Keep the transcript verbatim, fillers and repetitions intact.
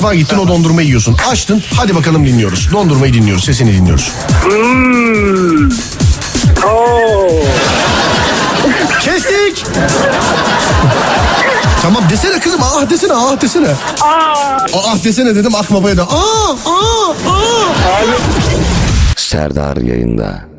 mutfağa gittin, o dondurmayı yiyorsun. Açtın, hadi bakalım dinliyoruz. Dondurmayı dinliyoruz, sesini dinliyoruz. Hmm. Oo. Kestik. Tamam desene kızım, ah desene, ah desene. Aa. Ah desene dedim, ah babaya da. Ah, ah, ah. Abi. Serdar yayında.